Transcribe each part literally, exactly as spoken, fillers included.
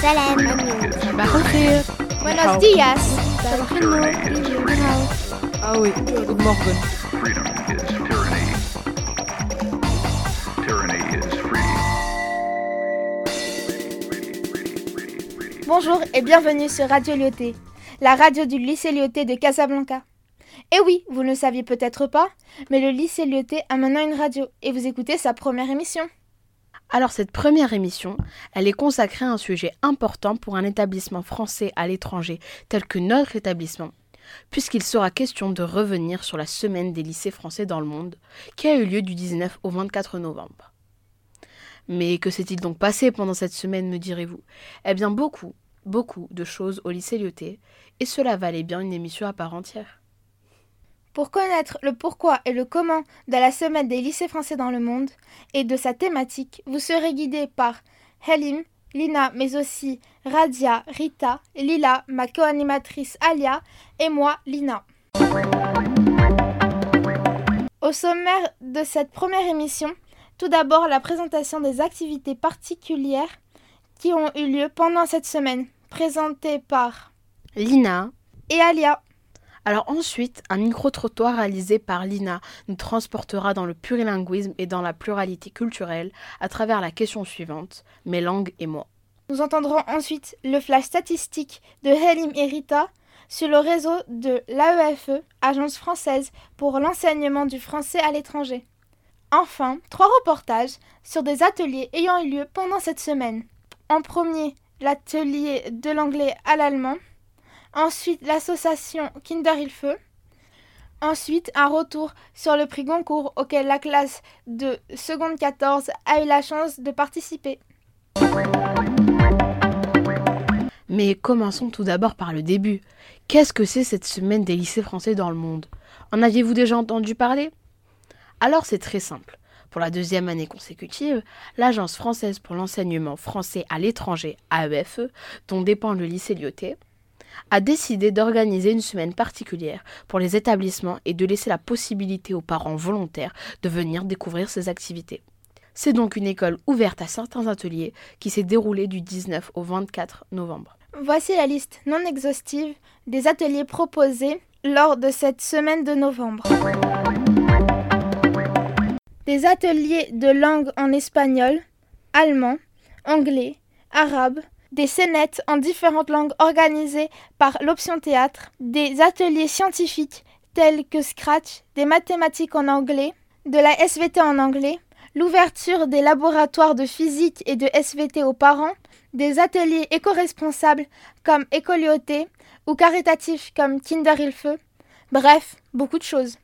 Salam. Bakhoir. Buenos días. Ah oui, good morning. Freedom is tyranny. Tyranny is free. Bonjour et bienvenue sur Radio Lyoté, la radio du lycée Lyoté de Casablanca. Et oui, vous ne le saviez peut-être pas, mais le lycée Lyoté a maintenant une radio et vous écoutez sa première émission. Alors cette première émission, elle est consacrée à un sujet important pour un établissement français à l'étranger tel que notre établissement, puisqu'il sera question de revenir sur la semaine des lycées français dans le monde, qui a eu lieu du dix-neuf au vingt-quatre novembre. Mais que s'est-il donc passé pendant cette semaine, me direz-vous ? Eh bien beaucoup, beaucoup de choses au lycée Lyoté, et cela valait bien une émission à part entière. Pour connaître le pourquoi et le comment de la semaine des lycées français dans le monde et de sa thématique, vous serez guidé par Halim, Lina, mais aussi Radia, Rita, Lila, ma co-animatrice Alia et moi, Lina. Au sommaire de cette première émission, tout d'abord la présentation des activités particulières qui ont eu lieu pendant cette semaine, présentées par Lina et Alia. Alors ensuite, un micro-trottoir réalisé par Lina nous transportera dans le plurilinguisme et dans la pluralité culturelle à travers la question suivante, mes langues et moi. Nous entendrons ensuite le flash statistique de Halim et Rita sur le réseau de l'A E F E, Agence française pour l'enseignement du français à l'étranger. Enfin, trois reportages sur des ateliers ayant eu lieu pendant cette semaine. En premier, l'atelier de l'anglais à l'allemand. Ensuite, l'association Kinderhilfe. Ensuite, un retour sur le prix Goncourt auquel la classe de seconde quatorze a eu la chance de participer. Mais commençons tout d'abord par le début. Qu'est-ce que c'est cette semaine des lycées français dans le monde ? En aviez-vous déjà entendu parler ? Alors c'est très simple. Pour la deuxième année consécutive, l'Agence française pour l'enseignement français à l'étranger, A E F E, dont dépend le lycée Lyoté, a décidé d'organiser une semaine particulière pour les établissements et de laisser la possibilité aux parents volontaires de venir découvrir ces activités. C'est donc une école ouverte à certains ateliers qui s'est déroulée du dix-neuf au vingt-quatre novembre. Voici la liste non exhaustive des ateliers proposés lors de cette semaine de novembre. Des ateliers de langue en espagnol, allemand, anglais, arabe, des scénettes en différentes langues organisées par l'option théâtre, des ateliers scientifiques tels que Scratch, des mathématiques en anglais, de la S V T en anglais, l'ouverture des laboratoires de physique et de S V T aux parents, des ateliers éco-responsables comme Écolyoté ou caritatifs comme Kinderhilfe, bref, beaucoup de choses.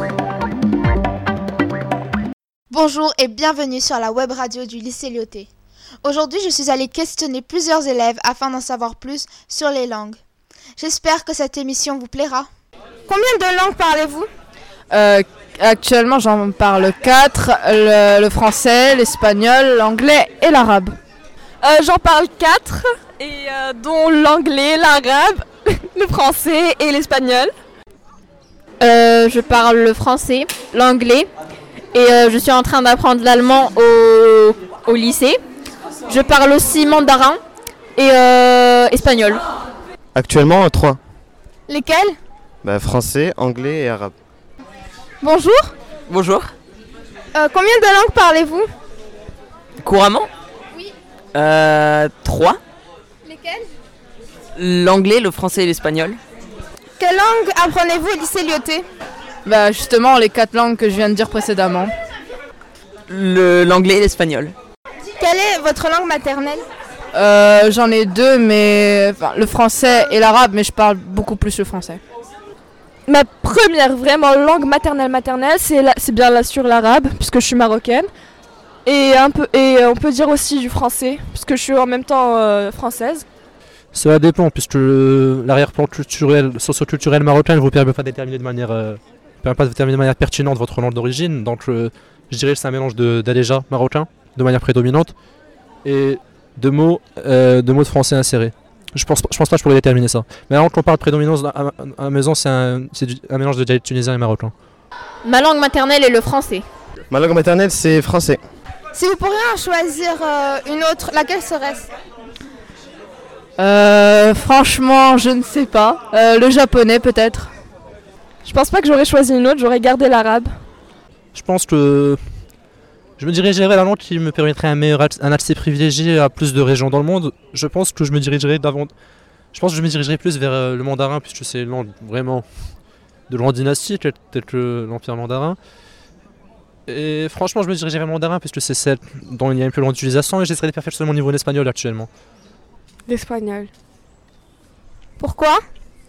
Bonjour et bienvenue sur la web radio du lycée Lyoté. Aujourd'hui, je suis allée questionner plusieurs élèves afin d'en savoir plus sur les langues. J'espère que cette émission vous plaira. Combien de langues parlez-vous ? euh, Actuellement, j'en parle quatre, le, le français, l'espagnol, l'anglais et l'arabe. Euh, j'en parle quatre, et euh, dont l'anglais, l'arabe, le français et l'espagnol. Euh, je parle le français, l'anglais et euh, je suis en train d'apprendre l'allemand au, au lycée. Je parle aussi mandarin et euh, espagnol. Actuellement, trois. Lesquels ? Bah, français, anglais et arabe. Bonjour. Bonjour. Euh, combien de langues parlez-vous ? Couramment ? Oui. Euh, trois. Lesquelles ? L'anglais, le français et l'espagnol. Quelle langue apprenez-vous au lycée Lyoté ? Bah justement, les quatre langues que je viens de dire précédemment. Le, l'anglais et l'espagnol. Quelle est votre langue maternelle ? Euh, j'en ai deux, mais enfin, le français et l'arabe, mais je parle beaucoup plus le français. Ma première vraiment langue maternelle maternelle, c'est, la, c'est bien là sur l'arabe, puisque je suis marocaine. Et, un peu, et on peut dire aussi du français, puisque je suis en même temps euh, française. Cela dépend, puisque le, l'arrière-plan culturel, socio-culturel marocain ne vous permet pas de déterminer de manière, euh, permet pas de déterminer de manière pertinente votre langue d'origine. Donc euh, je dirais que c'est un mélange de, d'adéja marocain, de manière prédominante, et de mots, euh, de mots de français insérés. Je pense, je pense pas que je pourrais déterminer ça. Mais alors quand on parle de prédominance à, à, à la maison, c'est un, c'est du, un mélange de dialecte tunisien et marocain. Ma langue maternelle est le français. Ma langue maternelle, c'est français. Si vous pourriez en choisir euh, une autre, laquelle serait-ce ? Euh, franchement, je ne sais pas. Euh, le japonais peut-être. Je pense pas que j'aurais choisi une autre, j'aurais gardé l'arabe. Je pense que je me dirigerais vers la langue qui me permettrait un, meilleur, ac- un accès privilégié à plus de régions dans le monde. Je pense que je me dirigerais davant- Je pense que je me dirigerais plus vers euh, le mandarin, puisque c'est une langue vraiment de grande dynastie, tel, tel que l'Empire mandarin. Et franchement, je me dirigerais vers le mandarin, puisque c'est celle dont il y a une plus grande utilisation, et j'essaierais de perfectionner mon niveau en espagnol actuellement. L'espagnol. Pourquoi?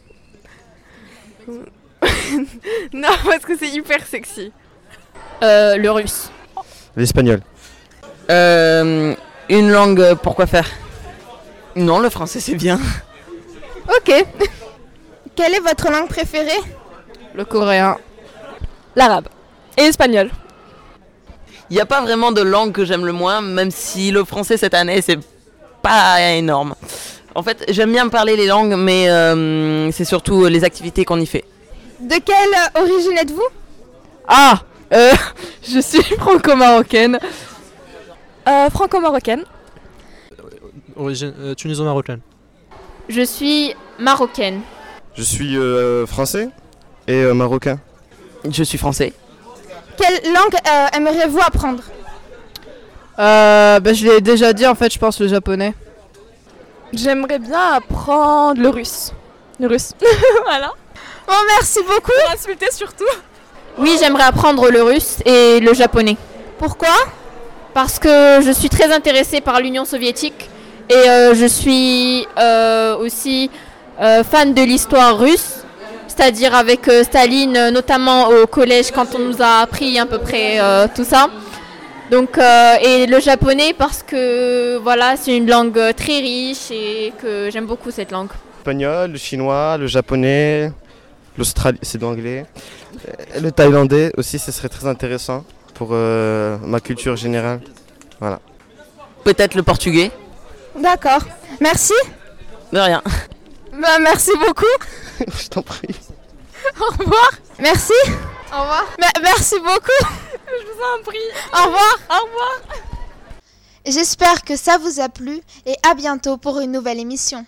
Non, parce que c'est hyper sexy. Euh, le russe. L'espagnol. Euh, une langue, euh, pourquoi faire? Non, le français c'est bien. Ok. Quelle est votre langue préférée? Le coréen. L'arabe. Et l'espagnol. Il n'y a pas vraiment de langue que j'aime le moins, même si le français cette année c'est pas énorme. En fait, j'aime bien parler les langues, mais euh, c'est surtout les activités qu'on y fait. De quelle origine êtes-vous? Ah euh, Je suis franco-marocaine. Euh, franco-marocaine. Origine euh, tuniso-marocaine. Je suis marocaine. Je suis euh, français et euh, marocain. Je suis français. Quelle langue euh, aimeriez-vous apprendre? Euh, bah, je l'ai déjà dit en fait, je pense le japonais. J'aimerais bien apprendre le russe. Le russe. Voilà. Oh, merci beaucoup. Pour insulter surtout. Oui, j'aimerais apprendre le russe et le japonais. Pourquoi? Parce que je suis très intéressée par l'Union soviétique et euh, je suis euh, aussi euh, fan de l'histoire russe, c'est-à-dire avec euh, Staline, euh, notamment au collège quand on nous a appris à peu près euh, tout ça. Donc, euh, et le japonais parce que voilà, c'est une langue très riche et que j'aime beaucoup cette langue. L'espagnol, le chinois, le japonais, l'australien, c'est de l'anglais. Euh, Le thaïlandais aussi, ce serait très intéressant pour euh, ma culture générale. Voilà. Peut-être le portugais. D'accord. Merci. De rien. Bah, merci beaucoup. Je t'en prie. Au revoir. Merci. Au revoir. Me- merci beaucoup. Je vous en prie. Au revoir. Au revoir. J'espère que ça vous a plu et à bientôt pour une nouvelle émission.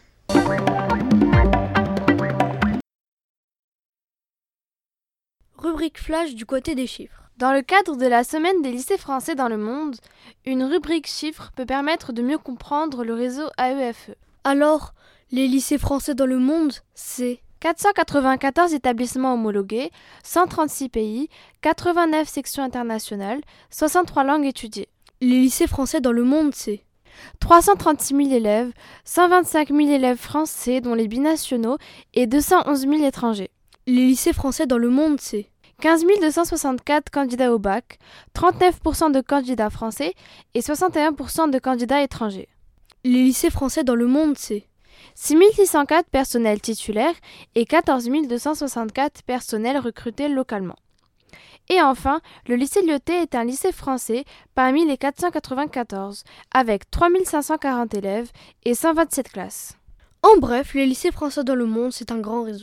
Rubrique flash du côté des chiffres. Dans le cadre de la semaine des lycées français dans le monde, une rubrique chiffres peut permettre de mieux comprendre le réseau A E F E. Alors, les lycées français dans le monde, c'est quatre cent quatre-vingt-quatorze établissements homologués, cent trente-six pays, quatre-vingt-neuf sections internationales, soixante-trois langues étudiées. Les lycées français dans le monde, c'est trois cent trente-six mille élèves, cent vingt-cinq mille élèves français dont les binationaux et deux cent onze mille étrangers. Les lycées français dans le monde, c'est quinze mille deux cent soixante-quatre candidats au bac, trente-neuf pour cent de candidats français et soixante et un pour cent de candidats étrangers. Les lycées français dans le monde, c'est six mille six cent quatre personnels titulaires et quatorze mille deux cent soixante-quatre personnels recrutés localement. Et enfin, le lycée Lyoté est un lycée français parmi les quatre cent quatre-vingt-quatorze, avec trois mille cinq cent quarante élèves et cent vingt-sept classes. En bref, les lycées français dans le monde, c'est un grand réseau.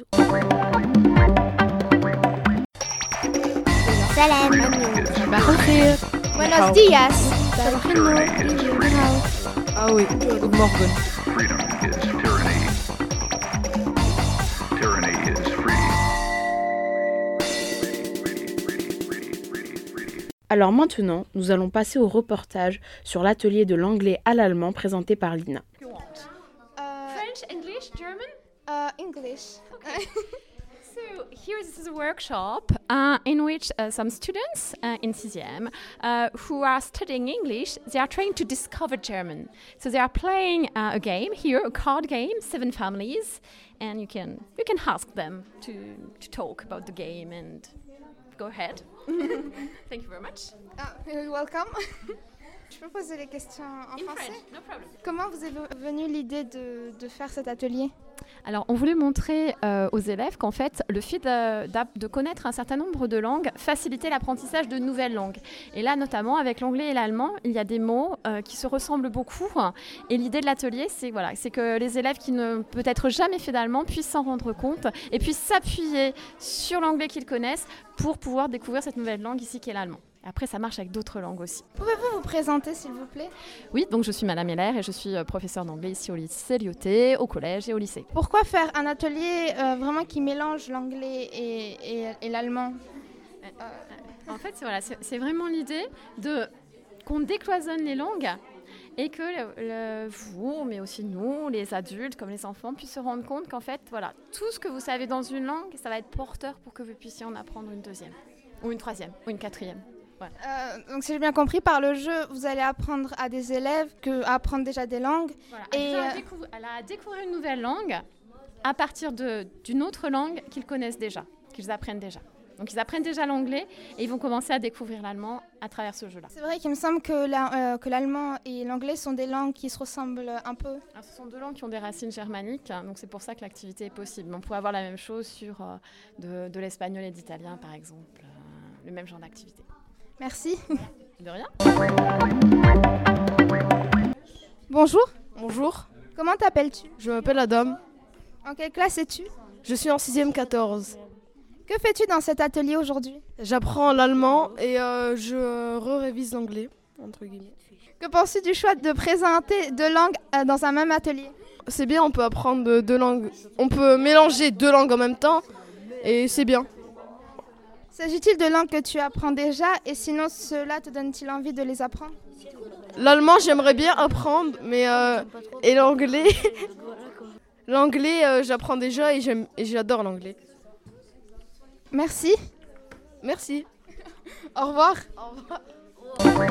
Salam. Buenos días. Ah oui, Morgan. Freedom is tyranny. Tyranny is free. Alors maintenant, nous allons passer au reportage sur l'atelier de l'anglais à l'allemand présenté par Lina. French, English, German? Uh, English. Okay. So here is a workshop uh, in which uh, some students uh, in sixième uh, who are studying English, they are trying to discover German. So they are playing uh, a game here, a card game, seven families, and you can you can ask them to to talk about the game and go ahead. Thank you very much. Ah, you're welcome. Je peux poser les questions en In français? French, no problem. Comment vous est venue l'idée de, de faire cet atelier? Alors, on voulait montrer euh, aux élèves qu'en fait, le fait de, de connaître un certain nombre de langues facilitait l'apprentissage de nouvelles langues. Et là, notamment, avec l'anglais et l'allemand, il y a des mots euh, qui se ressemblent beaucoup. Et l'idée de l'atelier, c'est voilà, c'est que les élèves qui ne peut-être jamais fait d'allemand puissent s'en rendre compte et puissent s'appuyer sur l'anglais qu'ils connaissent pour pouvoir découvrir cette nouvelle langue ici qu'est l'allemand. Après, ça marche avec d'autres langues aussi. Pouvez-vous vous présenter, s'il vous plaît? Oui, donc je suis Madame Heller et je suis euh, professeure d'anglais ici au lycée Lyautey, au collège et au lycée. Pourquoi faire un atelier euh, vraiment qui mélange l'anglais et, et, et l'allemand? euh, En fait, c'est, voilà, c'est, c'est vraiment l'idée de, qu'on décloisonne les langues et que le, le, vous, mais aussi nous, les adultes comme les enfants, puissent se rendre compte qu'en fait, voilà, tout ce que vous savez dans une langue, ça va être porteur pour que vous puissiez en apprendre une deuxième, ou une troisième, ou une quatrième. Voilà. Euh, donc si j'ai bien compris, par le jeu, vous allez apprendre à des élèves que, à apprendre déjà des langues. Voilà, et à, découvrir, à découvrir une nouvelle langue à partir de, d'une autre langue qu'ils connaissent déjà, qu'ils apprennent déjà. Donc ils apprennent déjà l'anglais et ils vont commencer à découvrir l'allemand à travers ce jeu-là. C'est vrai qu'il me semble que, la, euh, que l'allemand et l'anglais sont des langues qui se ressemblent un peu. Alors, ce sont deux langues qui ont des racines germaniques, donc c'est pour ça que l'activité est possible. On pourrait avoir la même chose sur euh, de, de l'espagnol et de l'italien, par exemple, euh, le même genre d'activité. Merci. De rien. Bonjour. Bonjour. Comment t'appelles-tu? Je m'appelle Adam. En quelle classe es-tu? Je suis en sixième quatorze. Que fais-tu dans cet atelier aujourd'hui? J'apprends l'allemand et euh, je re-révise l'anglais, entre guillemets. Que penses-tu du choix de présenter deux langues euh, dans un même atelier? C'est bien, on peut apprendre deux langues. On peut mélanger deux langues en même temps et c'est bien. S'agit-il de langues que tu apprends déjà et sinon cela te donne-t-il envie de les apprendre? L'allemand j'aimerais bien apprendre, mais euh, et l'anglais, l'anglais euh, j'apprends déjà et, j'aime, et j'adore l'anglais. Merci. Merci. Au revoir. Au revoir.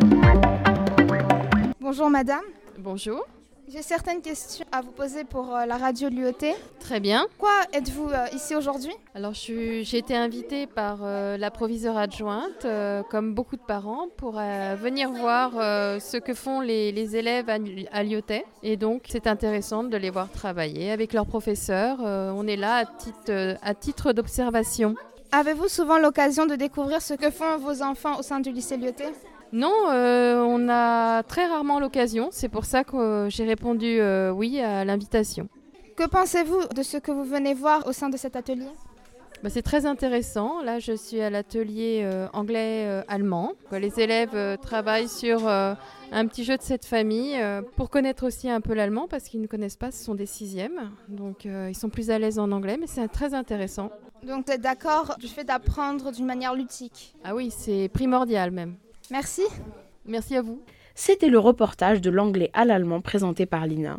Bonjour madame. Bonjour. J'ai certaines questions à vous poser pour euh, la radio de l'U E T. Très bien. Pourquoi êtes-vous euh, ici aujourd'hui? Alors, je suis, j'ai été invitée par euh, la proviseure adjointe, euh, comme beaucoup de parents, pour euh, venir voir euh, ce que font les, les élèves à, à l'U E T. Et donc, c'est intéressant de les voir travailler avec leurs professeurs. Euh, on est là à titre, euh, à titre d'observation. Avez-vous souvent l'occasion de découvrir ce que font vos enfants au sein du lycée Lyautey? Non, euh, on a très rarement l'occasion. C'est pour ça que j'ai répondu euh, oui à l'invitation. Que pensez-vous de ce que vous venez voir au sein de cet atelier? Bah, c'est très intéressant. Là, je suis à l'atelier euh, anglais-allemand. Euh, les élèves euh, travaillent sur euh, un petit jeu de cette famille euh, pour connaître aussi un peu l'allemand parce qu'ils ne connaissent pas, ce sont des sixièmes. Donc, euh, ils sont plus à l'aise en anglais, mais c'est très intéressant. Donc, vous êtes d'accord du fait d'apprendre d'une manière ludique? Ah oui, c'est primordial même. Merci. Merci à vous. C'était le reportage de l'anglais à l'allemand présenté par Lina.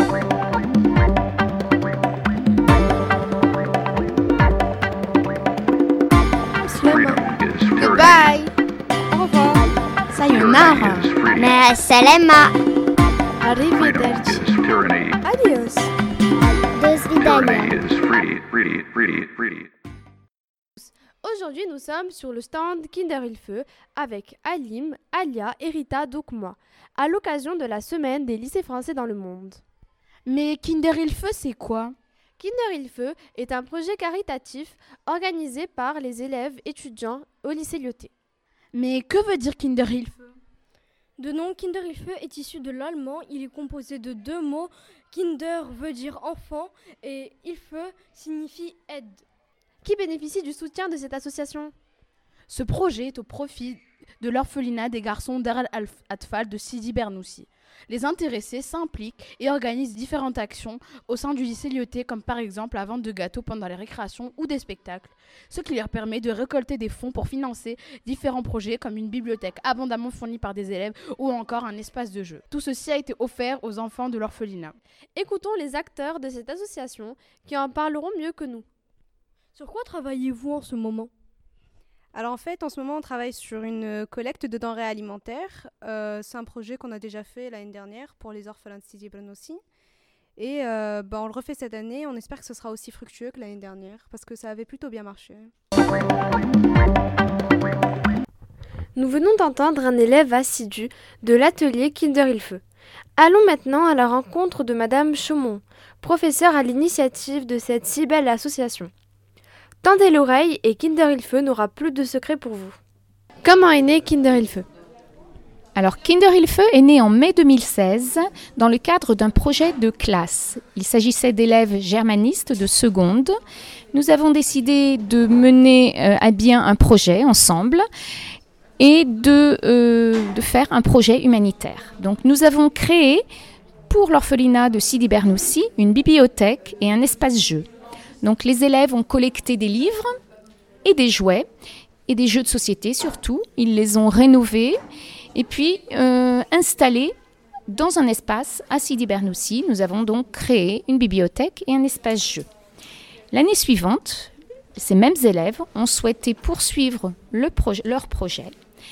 Goodbye. Au revoir. Sayonara. Ma salama. Arrivederci. Tyranny. Adios. Do svidania. Tyranny is free, free, free, free. Aujourd'hui, nous sommes sur le stand Kinderilfe avec Alim, Alia et Rita, donc moi, à l'occasion de la semaine des lycées français dans le monde. Mais Kinderilfe, c'est quoi? Kinderilfe est un projet caritatif organisé par les élèves étudiants au lycée Lyautey. Mais que veut dire Kinderilfe? Le nom Kinderilfe est issu de l'allemand. Il est composé de deux mots. Kinder veut dire enfant et Hilfe signifie aide. Qui bénéficie du soutien de cette association? Ce projet est au profit de l'orphelinat des garçons Dar al-Atfal de Sidi Bernoussi. Les intéressés s'impliquent et organisent différentes actions au sein du lycée Lyautey, comme par exemple la vente de gâteaux pendant les récréations ou des spectacles, ce qui leur permet de récolter des fonds pour financer différents projets comme une bibliothèque abondamment fournie par des élèves ou encore un espace de jeu. Tout ceci a été offert aux enfants de l'orphelinat. Écoutons les acteurs de cette association qui en parleront mieux que nous. Sur quoi travaillez-vous en ce moment? Alors en fait, en ce moment, on travaille sur une collecte de denrées alimentaires. Euh, c'est un projet qu'on a déjà fait l'année dernière pour les orphelins de Sidi Bernoussi. Et euh, bah, on le refait cette année. On espère que ce sera aussi fructueux que l'année dernière parce que ça avait plutôt bien marché. Nous venons d'entendre un élève assidu de l'atelier Kinderilfe. Allons maintenant à la rencontre de Madame Chaumont, professeure à l'initiative de cette si belle association. Tendez l'oreille et Kinderilfe n'aura plus de secret pour vous. Comment est né Kinderilfe? Alors Kinderilfe est né en mai deux mille seize dans le cadre d'un projet de classe. Il s'agissait d'élèves germanistes de seconde. Nous avons décidé de mener euh, à bien un projet ensemble et de, euh, de faire un projet humanitaire. Donc nous avons créé pour l'orphelinat de Sidi Bernoussi une bibliothèque et un espace jeu. Donc les élèves ont collecté des livres et des jouets et des jeux de société surtout. Ils les ont rénovés et puis euh, installés dans un espace à Sidi Bernoussi. Nous avons donc créé une bibliothèque et un espace jeu. L'année suivante, ces mêmes élèves ont souhaité poursuivre le proje- leur projet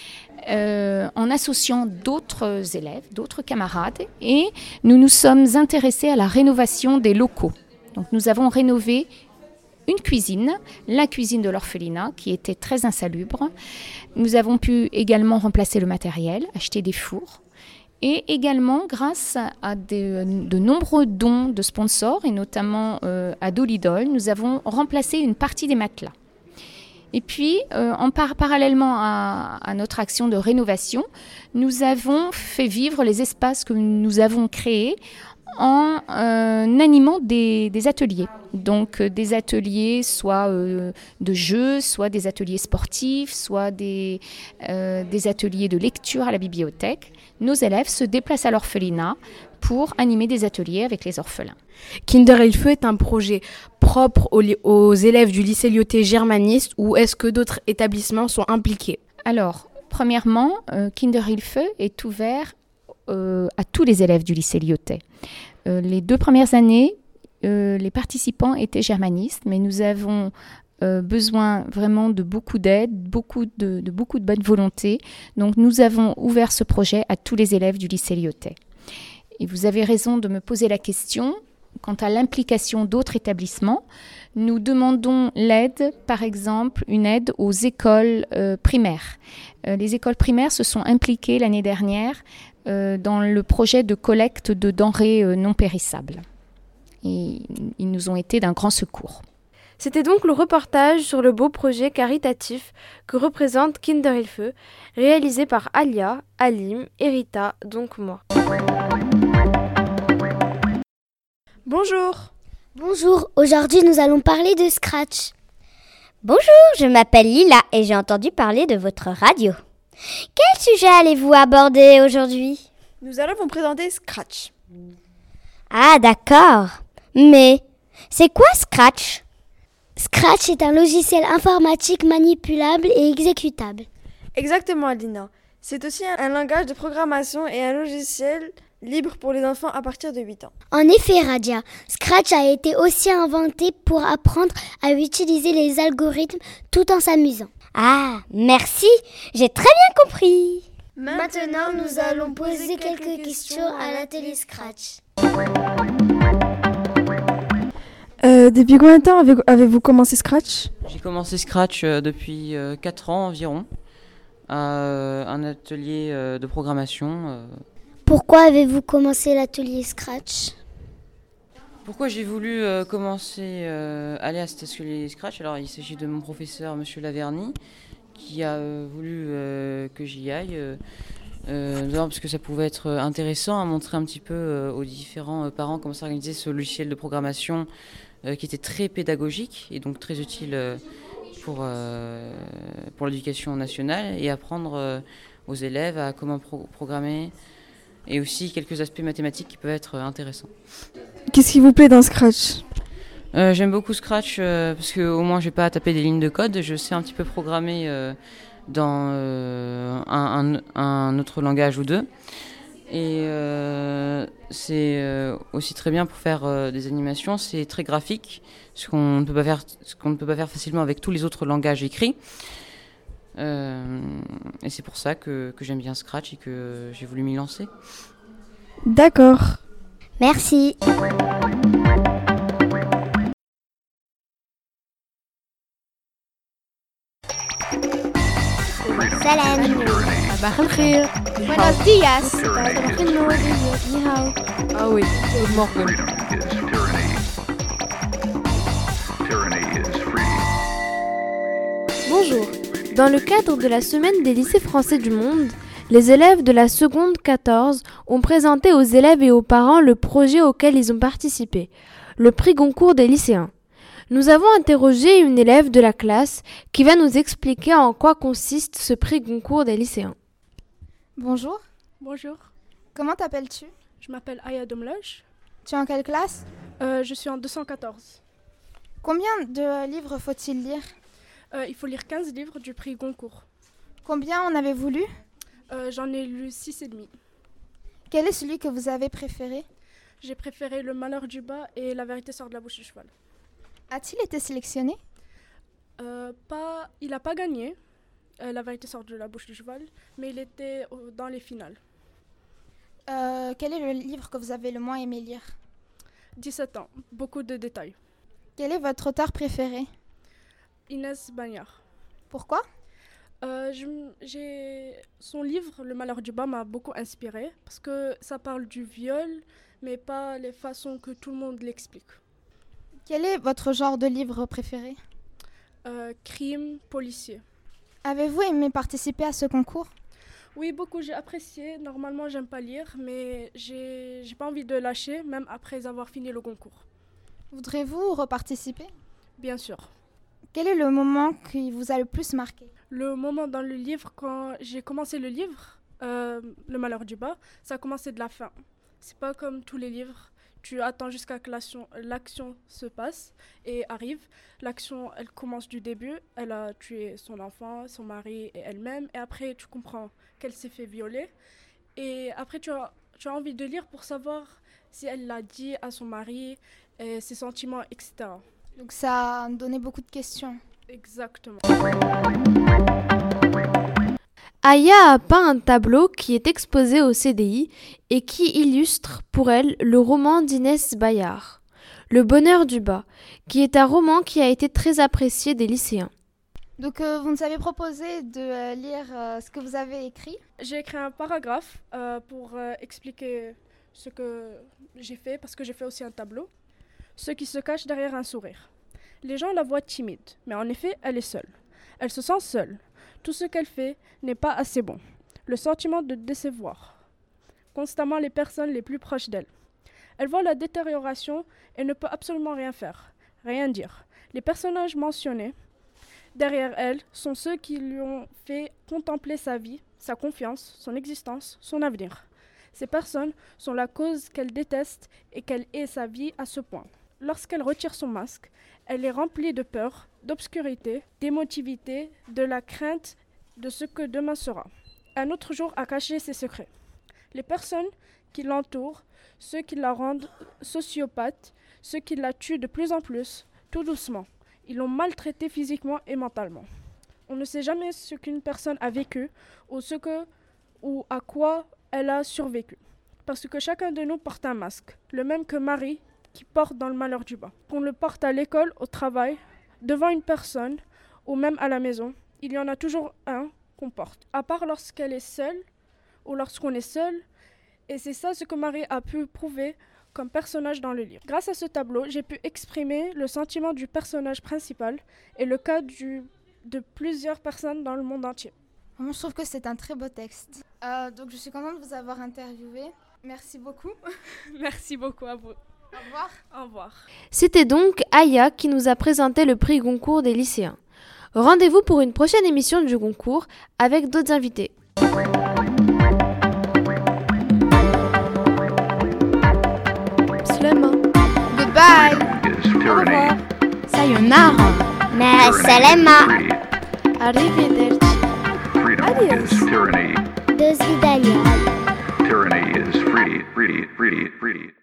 euh, en associant d'autres élèves, d'autres camarades, et nous nous sommes intéressés à la rénovation des locaux. Donc nous avons rénové une cuisine, la cuisine de l'orphelinat, qui était très insalubre. Nous avons pu également remplacer le matériel, acheter des fours. Et également, grâce à des, de nombreux dons de sponsors, et notamment euh, à Dolidol, nous avons remplacé une partie des matelas. Et puis, euh, en par- parallèlement à, à notre action de rénovation, nous avons fait vivre les espaces que nous avons créés en euh, animant des, des ateliers. Donc euh, des ateliers soit euh, de jeux, soit des ateliers sportifs, soit des, euh, des ateliers de lecture à la bibliothèque. Nos élèves se déplacent à l'orphelinat pour animer des ateliers avec les orphelins. Kinder Il Feu est un projet propre aux, li- aux élèves du lycée Lyautey germaniste ou est-ce que d'autres établissements sont impliqués? Alors, premièrement, euh, Kinder Il Feu est ouvert euh, à tous les élèves du lycée Lyautey. Euh, les deux premières années, euh, les participants étaient germanistes, mais nous avons euh, besoin vraiment de beaucoup d'aide, beaucoup de, de beaucoup de bonne volonté. Donc nous avons ouvert ce projet à tous les élèves du lycée Lyautey. Et vous avez raison de me poser la question. Quant à l'implication d'autres établissements, nous demandons l'aide, par exemple, une aide aux écoles euh, primaires. Euh, les écoles primaires se sont impliquées l'année dernière euh, dans le projet de collecte de denrées euh, non périssables. Et ils nous ont été d'un grand secours. C'était donc le reportage sur le beau projet caritatif que représente Kinder Il Feu, réalisé par Alia, Alim et Rita, donc moi. Bonjour. Bonjour, aujourd'hui nous allons parler de Scratch. Bonjour, je m'appelle Lila et j'ai entendu parler de votre radio. Quel sujet allez-vous aborder aujourd'hui? Nous allons vous présenter Scratch. Ah d'accord, mais c'est quoi Scratch? Scratch est un logiciel informatique manipulable et exécutable. Exactement, Alina. C'est aussi un, un langage de programmation et un logiciel libre pour les enfants à partir de huit ans. En effet, Radia, Scratch a été aussi inventé pour apprendre à utiliser les algorithmes tout en s'amusant. Ah, merci, j'ai très bien compris. Maintenant, nous allons poser quelques questions à l'atelier Scratch. Euh, depuis combien de temps avez- avez-vous commencé Scratch? J'ai commencé Scratch euh, depuis euh, quatre ans environ, à euh, un atelier euh, de programmation. euh. Pourquoi avez-vous commencé l'atelier Scratch? Pourquoi j'ai voulu euh, commencer euh, aller à cet atelier Scratch? Alors il s'agit de mon professeur, Monsieur Laverny, qui a euh, voulu euh, que j'y aille. Euh, euh, d'abord parce que ça pouvait être intéressant à montrer un petit peu euh, aux différents euh, parents comment s'organiser ce logiciel de programmation euh, qui était très pédagogique et donc très utile euh, pour, euh, pour l'éducation nationale et apprendre euh, aux élèves à comment pro- programmer et aussi quelques aspects mathématiques qui peuvent être euh, intéressants. Qu'est-ce qui vous plaît dans Scratch? Euh, j'aime beaucoup Scratch euh, parce qu'au moins j'ai pas à taper des lignes de code, je sais un petit peu programmer euh, dans euh, un, un, un autre langage ou deux. Et euh, c'est euh, aussi très bien pour faire euh, des animations, c'est très graphique, ce qu'on ne peut pas faire, ce qu'on ne peut pas faire facilement avec tous les autres langages écrits. Euh, et c'est pour ça que, que j'aime bien Scratch et que j'ai voulu m'y lancer. D'accord. Merci. Salam. Sabah al-khair. Buenos días. Ah oui, good morning. Bonjour. Dans le cadre de la semaine des lycées français du monde, les élèves de la seconde quatorze ont présenté aux élèves et aux parents le projet auquel ils ont participé, le prix Goncourt des lycéens. Nous avons interrogé une élève de la classe qui va nous expliquer en quoi consiste ce prix Goncourt des lycéens. Bonjour. Bonjour. Comment t'appelles-tu? Je m'appelle Aya Domloj. Tu es en quelle classe? euh, Je suis en deux cent quatorze. Combien de livres faut-il lire? euh, Il faut lire quinze livres du prix Goncourt. Combien en avez-vous lu? euh, J'en ai lu six et demi. Quel est celui que vous avez préféré? J'ai préféré Le Malheur du Bas et La Vérité sort de la bouche du cheval. A-t-il été sélectionné? euh, pas, Il n'a pas gagné, euh, La Vérité sort de la bouche du cheval, mais il était euh, dans les finales. Euh, quel est le livre que vous avez le moins aimé lire? dix-sept ans, beaucoup de détails. Quel est votre auteur préféré? Inès Bagnard. Pourquoi? euh, je, j'ai... Son livre, Le Malheur du Bas, m'a beaucoup inspiré parce que ça parle du viol, mais pas les façons que tout le monde l'explique. Quel est votre genre de livre préféré? euh, Crime, policier. Avez-vous aimé participer à ce concours? Oui, beaucoup, j'ai apprécié. Normalement, j'aime pas lire, mais j'ai, j'ai pas envie de lâcher, même après avoir fini le concours. Voudrez-vous reparticiper? Bien sûr. Quel est le moment qui vous a le plus marqué? Le moment dans le livre, quand j'ai commencé le livre, euh, Le Malheur du Bas, ça a commencé de la fin. C'est pas comme tous les livres. Tu attends jusqu'à que l'action, l'action se passe et arrive. L'action, elle commence du début. Elle a tué son enfant, son mari et elle-même. Et après, tu comprends qu'elle s'est fait violer. Et après, tu as, tu as envie de lire pour savoir si elle l'a dit à son mari, et ses sentiments, et cetera. Donc ça a donné beaucoup de questions. Exactement. Aya a peint un tableau qui est exposé au C D I et qui illustre pour elle le roman d'Inès Bagnard, Le Bonheur du Bas, qui est un roman qui a été très apprécié des lycéens. Donc euh, vous nous avez proposé de euh, lire euh, ce que vous avez écrit. J'ai écrit un paragraphe euh, pour euh, expliquer ce que j'ai fait, parce que j'ai fait aussi un tableau. Ce qui se cache derrière un sourire. Les gens la voient timide, mais en effet, elle est seule. Elle se sent seule. Tout ce qu'elle fait n'est pas assez bon. Le sentiment de décevoir constamment les personnes les plus proches d'elle. Elle voit la détérioration et ne peut absolument rien faire, rien dire. Les personnages mentionnés derrière elle sont ceux qui lui ont fait contempler sa vie, sa confiance, son existence, son avenir. Ces personnes sont la cause qu'elle déteste et qu'elle hait sa vie à ce point. Lorsqu'elle retire son masque, elle est remplie de peur, d'obscurité, d'émotivité, de la crainte de ce que demain sera. Un autre jour a caché ses secrets. Les personnes qui l'entourent, ceux qui la rendent sociopathe, ceux qui la tuent de plus en plus, tout doucement. Ils l'ont maltraitée physiquement et mentalement. On ne sait jamais ce qu'une personne a vécu ou, ce que, ou à quoi elle a survécu. Parce que chacun de nous porte un masque, le même que Marie qui porte dans Le Malheur du Bas. Qu'on le porte à l'école, au travail, devant une personne ou même à la maison, il y en a toujours un qu'on porte. À part lorsqu'elle est seule ou lorsqu'on est seul, et c'est ça ce que Marie a pu prouver comme personnage dans le livre. Grâce à ce tableau, j'ai pu exprimer le sentiment du personnage principal et le cas du, de plusieurs personnes dans le monde entier. Moi, je trouve que c'est un très beau texte. Euh, donc, je suis contente de vous avoir interviewé. Merci beaucoup. Merci beaucoup à vous. Au revoir. Au revoir. C'était donc Aya qui nous a présenté le prix Goncourt des lycéens. Rendez-vous pour une prochaine émission du Goncourt avec d'autres invités. Slema. Goodbye. Au revoir. Sayonara. Ma salama. Arrivederci. Freedom is tyranny. До свидания. Tyranny is free, free, free, free.